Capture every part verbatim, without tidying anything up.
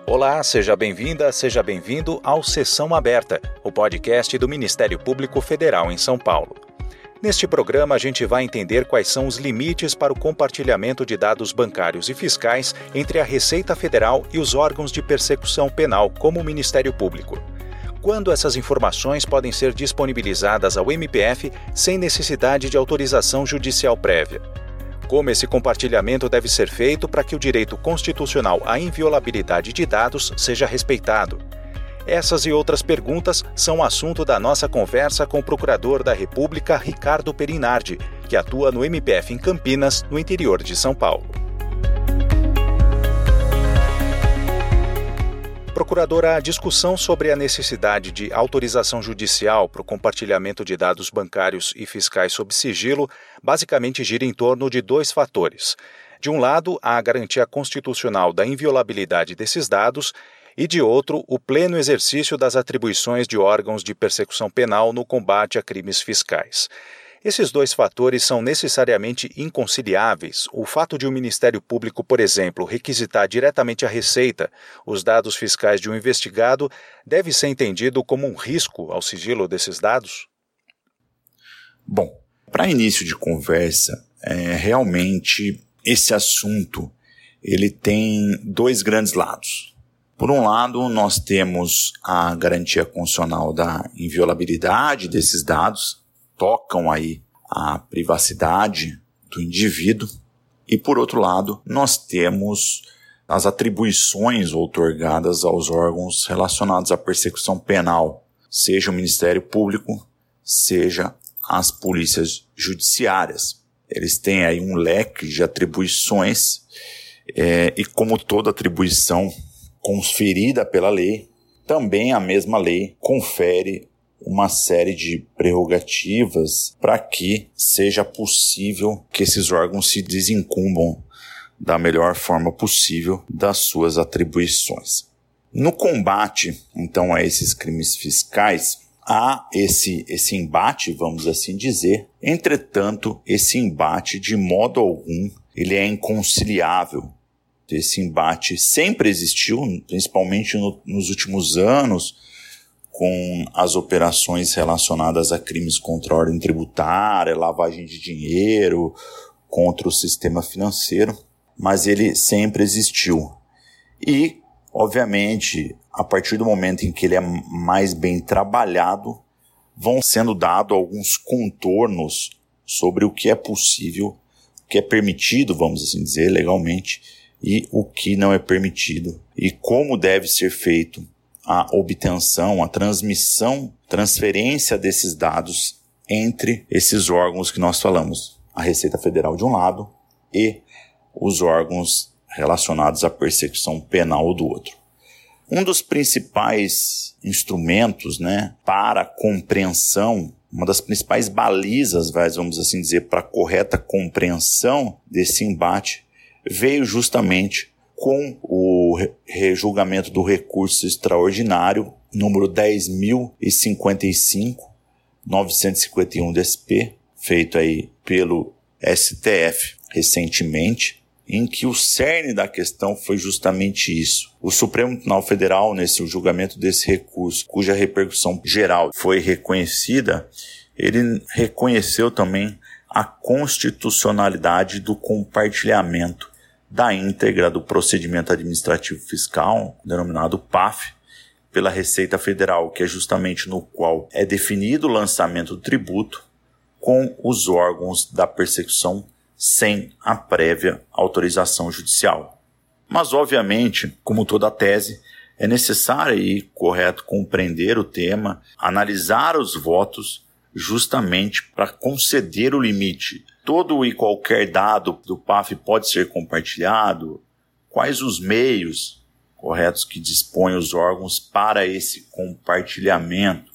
Olá, seja bem-vinda, seja bem-vindo ao Sessão Aberta, o podcast do Ministério Público Federal em São Paulo. Neste programa, a gente vai entender quais são os limites para o compartilhamento de dados bancários e fiscais entre a Receita Federal e os órgãos de persecução penal, como o Ministério Público. Quando essas informações podem ser disponibilizadas ao M P F sem necessidade de autorização judicial prévia. Como esse compartilhamento deve ser feito para que o direito constitucional à inviolabilidade de dados seja respeitado. Essas e outras perguntas são assunto da nossa conversa com o Procurador da República, Ricardo Perinardi, que atua no M P F em Campinas, no interior de São Paulo. Procuradora, a discussão sobre a necessidade de autorização judicial para o compartilhamento de dados bancários e fiscais sob sigilo basicamente gira em torno de dois fatores. De um lado, a garantia constitucional da inviolabilidade desses dados e, de outro, o pleno exercício das atribuições de órgãos de persecução penal no combate a crimes fiscais. Esses dois fatores são necessariamente inconciliáveis. O fato de o Ministério Público, por exemplo, requisitar diretamente à Receita os dados fiscais de um investigado deve ser entendido como um risco ao sigilo desses dados? Bom, para início de conversa, é, realmente esse assunto ele tem dois grandes lados. Por um lado, nós temos a garantia constitucional da inviolabilidade desses dados, tocam aí a privacidade do indivíduo, e por outro lado, nós temos as atribuições outorgadas aos órgãos relacionados à persecução penal, seja o Ministério Público, seja as polícias judiciárias. Eles têm aí um leque de atribuições é, e como toda atribuição conferida pela lei, também a mesma lei confere uma série de prerrogativas para que seja possível que esses órgãos se desincumbam da melhor forma possível das suas atribuições. No combate, então, a esses crimes fiscais, há esse, esse embate, vamos assim dizer. Entretanto, esse embate, de modo algum, ele é inconciliável. Esse embate sempre existiu, principalmente no, nos últimos anos, com as operações relacionadas a crimes contra a ordem tributária, lavagem de dinheiro, contra o sistema financeiro, mas ele sempre existiu. E, obviamente, a partir do momento em que ele é mais bem trabalhado, vão sendo dados alguns contornos sobre o que é possível, o que é permitido, vamos assim dizer, legalmente, e o que não é permitido, e como deve ser feito a obtenção, a transmissão, transferência desses dados entre esses órgãos que nós falamos, a Receita Federal de um lado e os órgãos relacionados à persecução penal do outro. Um dos principais instrumentos, né, para a compreensão, uma das principais balizas, vamos assim dizer, para a correta compreensão desse embate, veio justamente com o rejulgamento do recurso extraordinário número dez mil e cinquenta e cinco, novecentos e cinquenta e um D S P, feito aí pelo S T F recentemente, em que o cerne da questão foi justamente isso. O Supremo Tribunal Federal, nesse julgamento desse recurso, cuja repercussão geral foi reconhecida, ele reconheceu também a constitucionalidade do compartilhamento da íntegra do procedimento administrativo fiscal, denominado P A F, pela Receita Federal, que é justamente no qual é definido o lançamento do tributo com os órgãos da persecução sem a prévia autorização judicial. Mas, obviamente, como toda tese, é necessário e correto compreender o tema, analisar os votos justamente para conceder o limite. Todo e qualquer dado do P A F pode ser compartilhado? Quais os meios corretos que dispõem os órgãos para esse compartilhamento?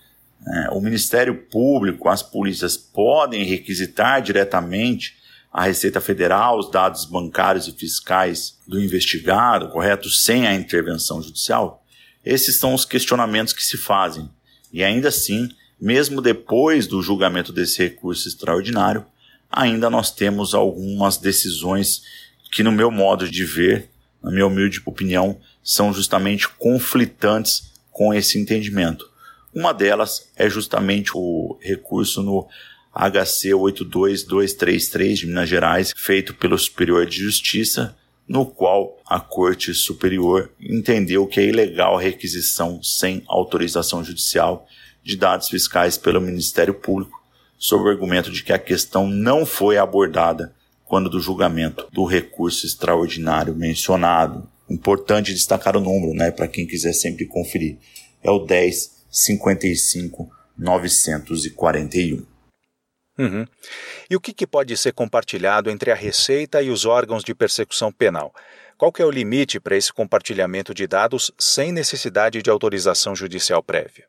É, o Ministério Público, as polícias podem requisitar diretamente à Receita Federal os dados bancários e fiscais do investigado, correto? Sem a intervenção judicial? Esses são os questionamentos que se fazem. E ainda assim, mesmo depois do julgamento desse recurso extraordinário, ainda nós temos algumas decisões que, no meu modo de ver, na minha humilde opinião, são justamente conflitantes com esse entendimento. Uma delas é justamente o recurso no H C oito dois dois três três de Minas Gerais, feito pelo Superior de Justiça, no qual a Corte Superior entendeu que é ilegal a requisição sem autorização judicial de dados fiscais pelo Ministério Público, sob o argumento de que a questão não foi abordada quando do julgamento do recurso extraordinário mencionado. Importante destacar o número, né, para quem quiser sempre conferir. É o dez mil cinquenta e cinco mil novecentos e quarenta e um. Uhum. E o que, que pode ser compartilhado entre a Receita e os órgãos de persecução penal? Qual que é o limite para esse compartilhamento de dados sem necessidade de autorização judicial prévia?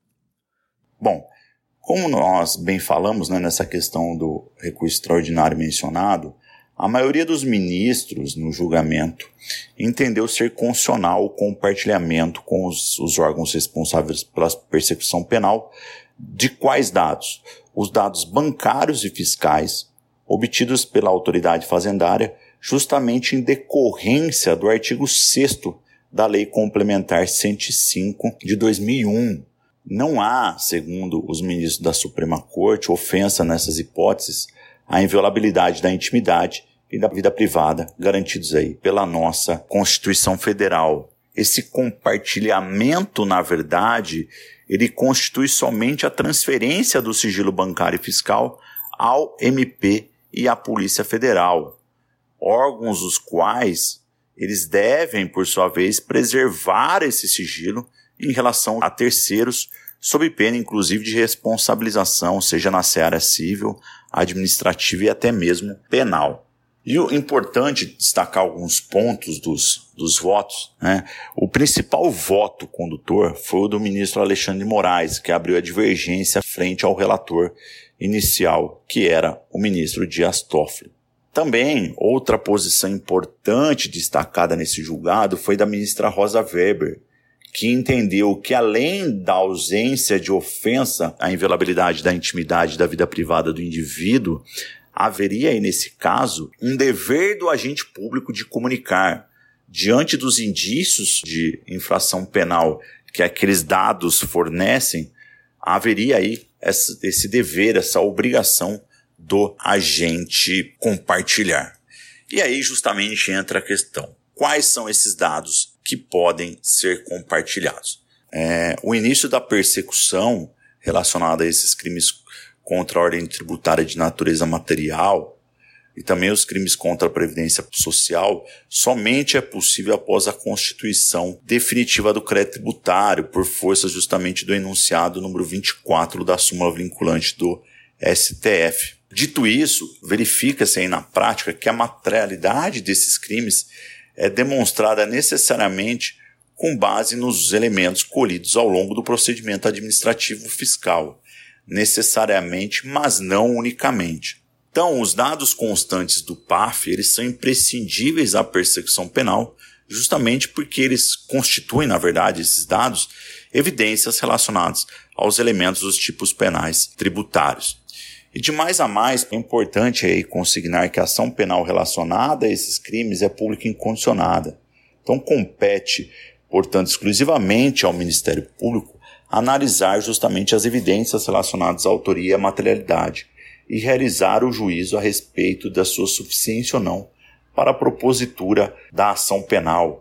Bom, como nós bem falamos, né, nessa questão do recurso extraordinário mencionado, a maioria dos ministros no julgamento entendeu ser constitucional o compartilhamento com os, os órgãos responsáveis pela persecução penal de quais dados? Os dados bancários e fiscais obtidos pela autoridade fazendária justamente em decorrência do artigo sexto da Lei Complementar cento e cinco de dois mil e um. Não há, segundo os ministros da Suprema Corte, ofensa nessas hipóteses à inviolabilidade da intimidade e da vida privada, garantidos aí pela nossa Constituição Federal. Esse compartilhamento, na verdade, ele constitui somente a transferência do sigilo bancário e fiscal ao M P e à Polícia Federal, órgãos os quais eles devem, por sua vez, preservar esse sigilo em relação a terceiros, sob pena, inclusive, de responsabilização, seja na seara civil, administrativa e até mesmo penal. E o importante destacar alguns pontos dos, dos votos, né? O principal voto condutor foi o do ministro Alexandre de Moraes, que abriu a divergência frente ao relator inicial, que era o ministro Dias Toffoli. Também, outra posição importante destacada nesse julgado foi da ministra Rosa Weber, que entendeu que, além da ausência de ofensa à inviolabilidade da intimidade e da vida privada do indivíduo, haveria aí, nesse caso, um dever do agente público de comunicar, diante dos indícios de infração penal que aqueles dados fornecem, haveria aí esse, esse dever, essa obrigação do agente compartilhar. E aí justamente entra a questão: quais são esses dados que podem ser compartilhados? É, o início da persecução relacionada a esses crimes contra a ordem tributária de natureza material e também os crimes contra a previdência social somente é possível após a constituição definitiva do crédito tributário, por força justamente do enunciado número vinte e quatro da súmula vinculante do S T F. Dito isso, verifica-se aí na prática que a materialidade desses crimes é demonstrada necessariamente com base nos elementos colhidos ao longo do procedimento administrativo fiscal, necessariamente, mas não unicamente. Então, os dados constantes do P A F, eles são imprescindíveis à persecução penal, justamente porque eles constituem, na verdade, esses dados, evidências relacionadas aos elementos dos tipos penais tributários. E de mais a mais, é importante aí consignar que a ação penal relacionada a esses crimes é pública incondicionada. Então, compete, portanto, exclusivamente ao Ministério Público analisar justamente as evidências relacionadas à autoria e à materialidade e realizar o juízo a respeito da sua suficiência ou não para a propositura da ação penal.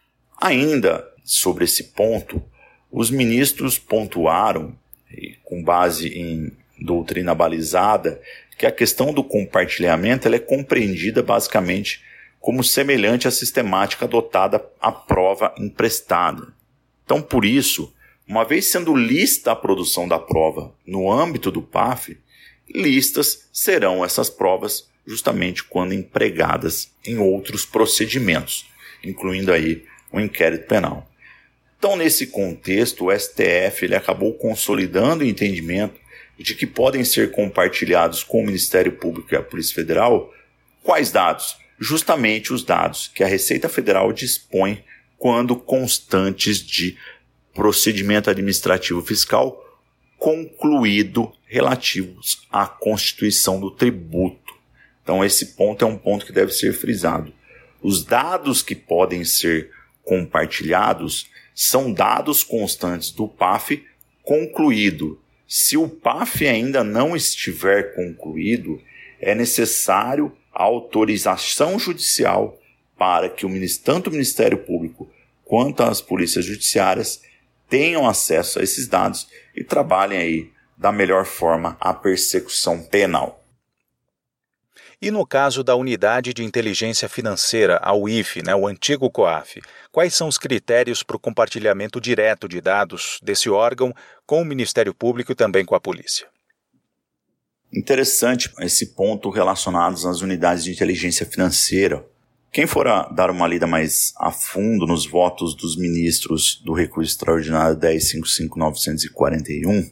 Ainda sobre esse ponto, os ministros pontuaram, com base em doutrina balizada, que a questão do compartilhamento ela é compreendida basicamente como semelhante à sistemática adotada à prova emprestada. Então, por isso, uma vez sendo lista a produção da prova no âmbito do P A F, listas serão essas provas justamente quando empregadas em outros procedimentos, incluindo aí o inquérito penal. Então, nesse contexto, o S T F ele acabou consolidando o entendimento de que podem ser compartilhados com o Ministério Público e a Polícia Federal quais dados? Justamente os dados que a Receita Federal dispõe quando constantes de procedimento administrativo fiscal concluído relativos à constituição do tributo. Então esse ponto é um ponto que deve ser frisado. Os dados que podem ser compartilhados são dados constantes do P A F concluído. Se o P A F ainda não estiver concluído, é necessário a autorização judicial para que o, tanto o Ministério Público quanto as polícias judiciárias tenham acesso a esses dados e trabalhem aí da melhor forma a persecução penal. E no caso da Unidade de Inteligência Financeira, a U I F, né, o antigo COAF, quais são os critérios para o compartilhamento direto de dados desse órgão com o Ministério Público e também com a polícia? Interessante esse ponto relacionado às unidades de inteligência financeira. Quem for a dar uma lida mais a fundo nos votos dos ministros do recurso extraordinário dez mil cinquenta e cinco mil novecentos e quarenta e um,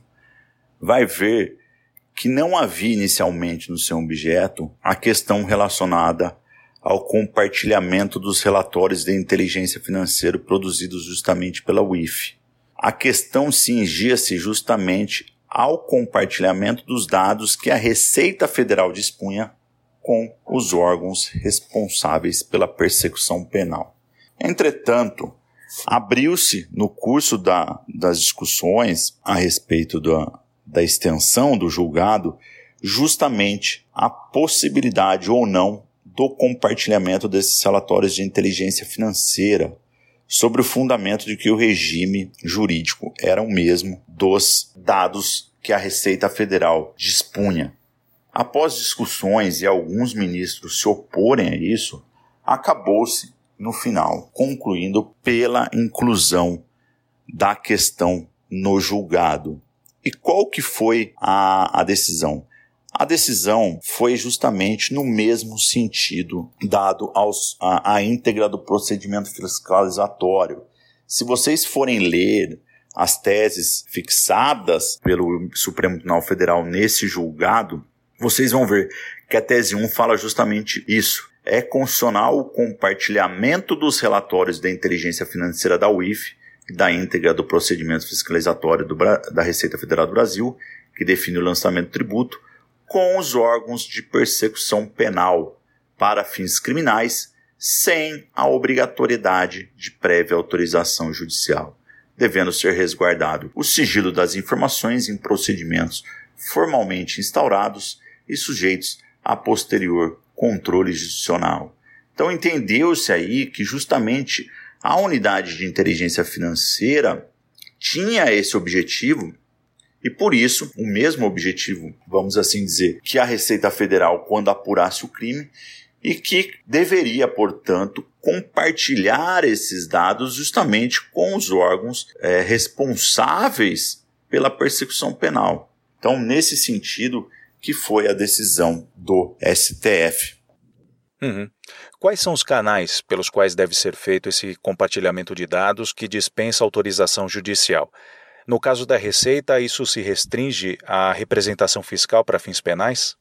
vai ver que não havia inicialmente no seu objeto a questão relacionada ao compartilhamento dos relatórios de inteligência financeira produzidos justamente pela U I F. A questão cingia-se justamente ao compartilhamento dos dados que a Receita Federal dispunha com os órgãos responsáveis pela persecução penal. Entretanto, abriu-se no curso da, das discussões a respeito da, da extensão do julgado justamente a possibilidade ou não do compartilhamento desses relatórios de inteligência financeira sobre o fundamento de que o regime jurídico era o mesmo dos dados que a Receita Federal dispunha. Após discussões e alguns ministros se oporem a isso, acabou-se, no final, concluindo pela inclusão da questão no julgado. E qual que foi a, a decisão? A decisão foi justamente no mesmo sentido dado aos, a, a íntegra do procedimento fiscalizatório. Se vocês forem ler as teses fixadas pelo Supremo Tribunal Federal nesse julgado, vocês vão ver que a tese um fala justamente isso. É constitucional o compartilhamento dos relatórios da inteligência financeira da U I F e da íntegra do procedimento fiscalizatório do, da Receita Federal do Brasil, que define o lançamento do tributo, com os órgãos de persecução penal para fins criminais, sem a obrigatoriedade de prévia autorização judicial, devendo ser resguardado o sigilo das informações em procedimentos formalmente instaurados e sujeitos a posterior controle judicial. Então entendeu-se aí que justamente a unidade de inteligência financeira tinha esse objetivo e por isso o mesmo objetivo, vamos assim dizer, que a Receita Federal quando apurasse o crime e que deveria, portanto, compartilhar esses dados justamente com os órgãos é, responsáveis pela persecução penal. Então, nesse sentido, que foi a decisão do S T F. Uhum. Quais são os canais pelos quais deve ser feito esse compartilhamento de dados que dispensa autorização judicial? No caso da Receita, isso se restringe à representação fiscal para fins penais?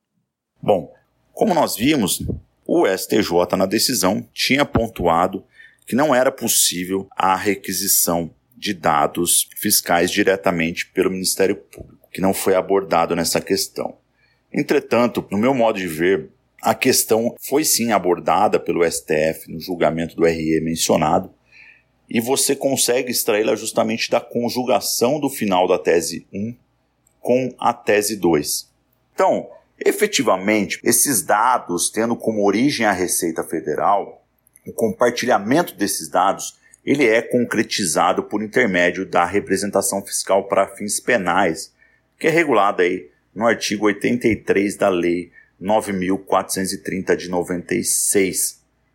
Bom, como nós vimos, o S T J na decisão tinha pontuado que não era possível a requisição de dados fiscais diretamente pelo Ministério Público, que não foi abordado nessa questão. Entretanto, no meu modo de ver, a questão foi sim abordada pelo S T F no julgamento do R E mencionado, e você consegue extraí-la justamente da conjugação do final da tese um com a tese dois. Então, efetivamente, esses dados, tendo como origem a Receita Federal, o compartilhamento desses dados, ele é concretizado por intermédio da representação fiscal para fins penais, que é regulada aí no artigo oitenta e três da Lei nove mil quatrocentos e trinta de noventa e seis.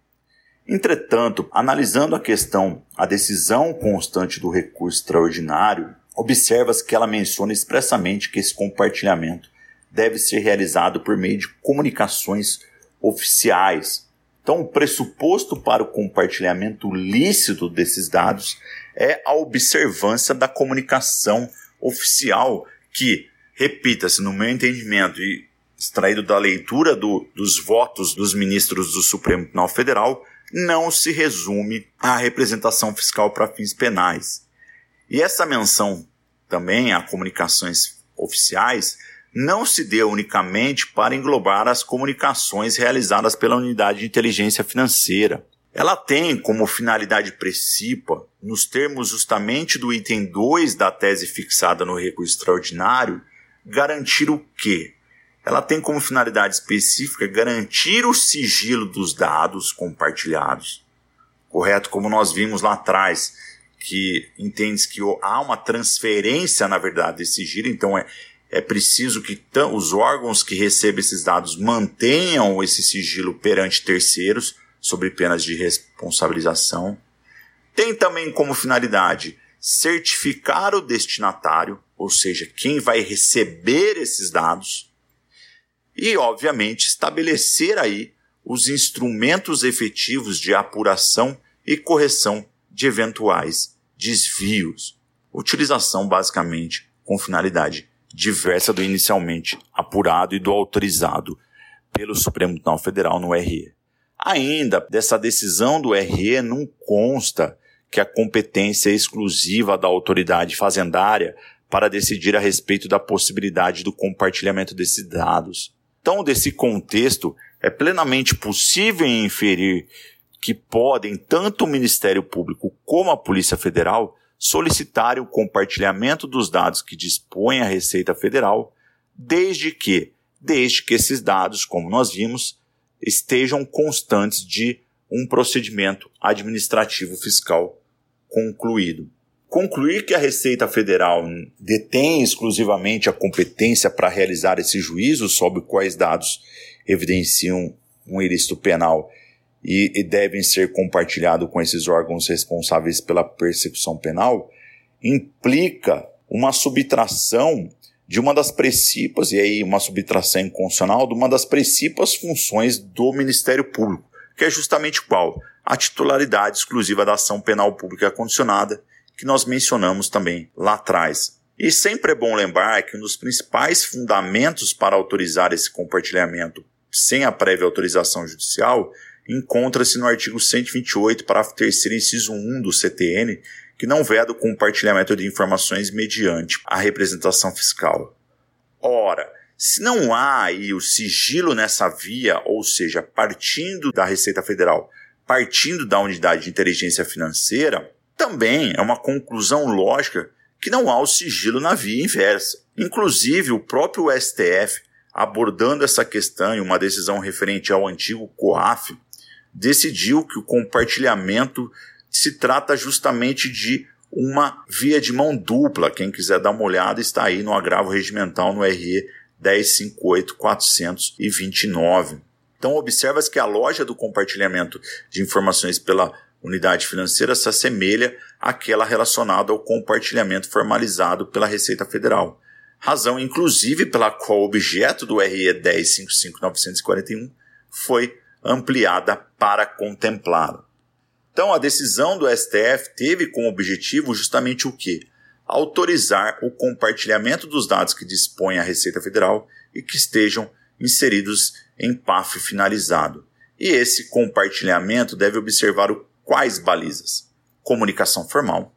Entretanto, analisando a questão, a decisão constante do recurso extraordinário, observa-se que ela menciona expressamente que esse compartilhamento deve ser realizado por meio de comunicações oficiais. Então, o pressuposto para o compartilhamento lícito desses dados é a observância da comunicação oficial, que, repita-se, no meu entendimento e extraído da leitura do, dos votos dos ministros do Supremo Tribunal Federal, não se resume à representação fiscal para fins penais. E essa menção também a comunicações oficiais não se dê unicamente para englobar as comunicações realizadas pela Unidade de Inteligência Financeira. Ela tem como finalidade principal, nos termos justamente do item dois da tese fixada no recurso extraordinário, garantir o quê? Ela tem como finalidade específica garantir o sigilo dos dados compartilhados. Correto? Como nós vimos lá atrás, que entende que há uma transferência, na verdade, desse sigilo, então é, é preciso que t- os órgãos que recebem esses dados mantenham esse sigilo perante terceiros, sob penas de responsabilização. Tem também como finalidade certificar o destinatário, ou seja, quem vai receber esses dados, e, obviamente, estabelecer aí os instrumentos efetivos de apuração e correção de eventuais desvios. Utilização, basicamente, com finalidade diversa do inicialmente apurado e do autorizado pelo Supremo Tribunal Federal no R E. Ainda, dessa decisão do R E não consta que a competência é exclusiva da autoridade fazendária para decidir a respeito da possibilidade do compartilhamento desses dados. Então, desse contexto, é plenamente possível inferir que podem tanto o Ministério Público como a Polícia Federal solicitarem o compartilhamento dos dados que dispõe a Receita Federal, desde que, desde que esses dados, como nós vimos, estejam constantes de um procedimento administrativo fiscal concluído. Concluir que a Receita Federal detém exclusivamente a competência para realizar esse juízo sobre quais dados evidenciam um ilícito penal e, e devem ser compartilhados com esses órgãos responsáveis pela persecução penal, implica uma subtração de uma das principais, e aí uma subtração inconstitucional, de uma das principais funções do Ministério Público, que é justamente qual? A titularidade exclusiva da ação penal pública condicionada, que nós mencionamos também lá atrás. E sempre é bom lembrar que um dos principais fundamentos para autorizar esse compartilhamento sem a prévia autorização judicial encontra-se no artigo cento e vinte e oito, parágrafo terceiro, inciso um do C T N, que não veda o compartilhamento de informações mediante a representação fiscal. Ora, se não há aí o sigilo nessa via, ou seja, partindo da Receita Federal, partindo da Unidade de Inteligência Financeira, também é uma conclusão lógica que não há o sigilo na via inversa. Inclusive, o próprio S T F, abordando essa questão em uma decisão referente ao antigo COAF, decidiu que o compartilhamento se trata justamente de uma via de mão dupla. Quem quiser dar uma olhada está aí no agravo regimental no R E dez cinquenta e oito quatrocentos e vinte e nove. Então, observa-se que a lógica do compartilhamento de informações pela unidade financeira se assemelha àquela relacionada ao compartilhamento formalizado pela Receita Federal. Razão, inclusive, pela qual o objeto do R E dez cinquenta e cinco novecentos e quarenta e um foi ampliada para contemplá-lo. Então, a decisão do S T F teve como objetivo justamente o quê? Autorizar o compartilhamento dos dados que dispõe a Receita Federal e que estejam inseridos em P A F finalizado. E esse compartilhamento deve observar o quais balizas? Comunicação formal,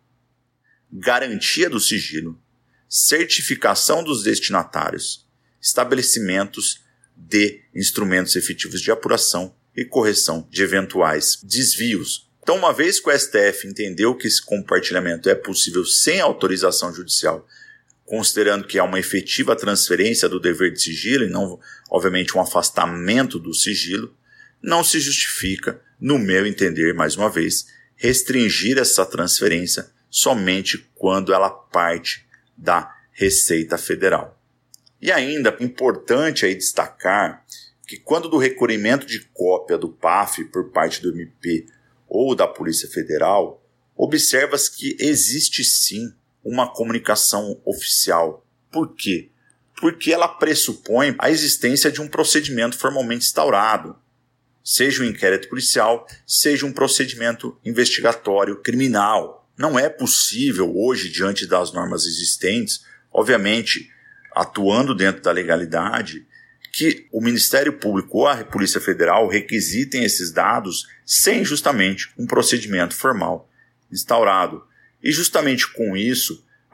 garantia do sigilo, certificação dos destinatários, estabelecimentos de instrumentos efetivos de apuração e correção de eventuais desvios. Então, uma vez que o S T F entendeu que esse compartilhamento é possível sem autorização judicial, considerando que há uma efetiva transferência do dever de sigilo e não, obviamente, um afastamento do sigilo, não se justifica, no meu entender, mais uma vez, restringir essa transferência somente quando ela parte da Receita Federal. E ainda é importante aí destacar que quando do recolhimento de cópia do P A F por parte do M P ou da Polícia Federal, observa-se que existe sim uma comunicação oficial. Por quê? Porque ela pressupõe a existência de um procedimento formalmente instaurado, seja um inquérito policial, seja um procedimento investigatório criminal. Não é possível hoje, diante das normas existentes, obviamente, atuando dentro da legalidade, que o Ministério Público ou a Polícia Federal requisitem esses dados sem justamente um procedimento formal instaurado. E justamente com isso,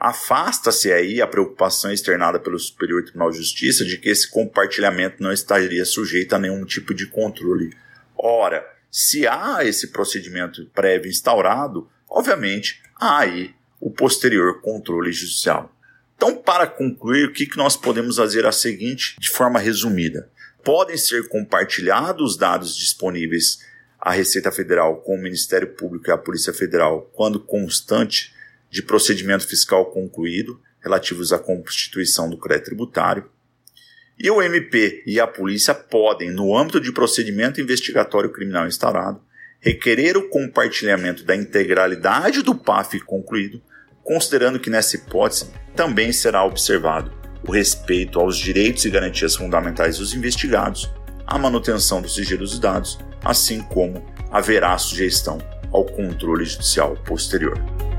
Afasta-se aí a preocupação externada pelo Superior Tribunal de Justiça de que esse compartilhamento não estaria sujeito a nenhum tipo de controle. Ora, se há esse procedimento prévio instaurado, obviamente há aí o posterior controle judicial. Então, para concluir, o que nós podemos fazer a seguinte, de forma resumida? Podem ser compartilhados os dados disponíveis à Receita Federal com o Ministério Público e à Polícia Federal quando constante de procedimento fiscal concluído, relativos à constituição do crédito tributário. E o M P e a polícia podem, no âmbito de procedimento investigatório criminal instaurado, requerer o compartilhamento da integralidade do P A F concluído, considerando que nessa hipótese também será observado o respeito aos direitos e garantias fundamentais dos investigados, a manutenção do sigilo dos dados, assim como haverá sujeição ao controle judicial posterior.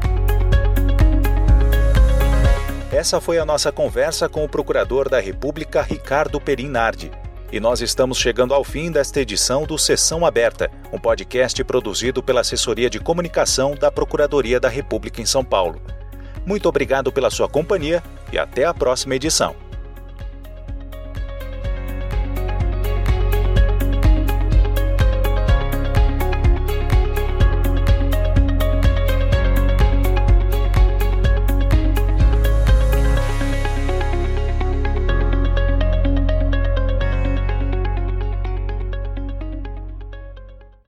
Essa foi a nossa conversa com o Procurador da República, Ricardo Perim Nardi. E nós estamos chegando ao fim desta edição do Sessão Aberta, um podcast produzido pela Assessoria de Comunicação da Procuradoria da República em São Paulo. Muito obrigado pela sua companhia e até a próxima edição.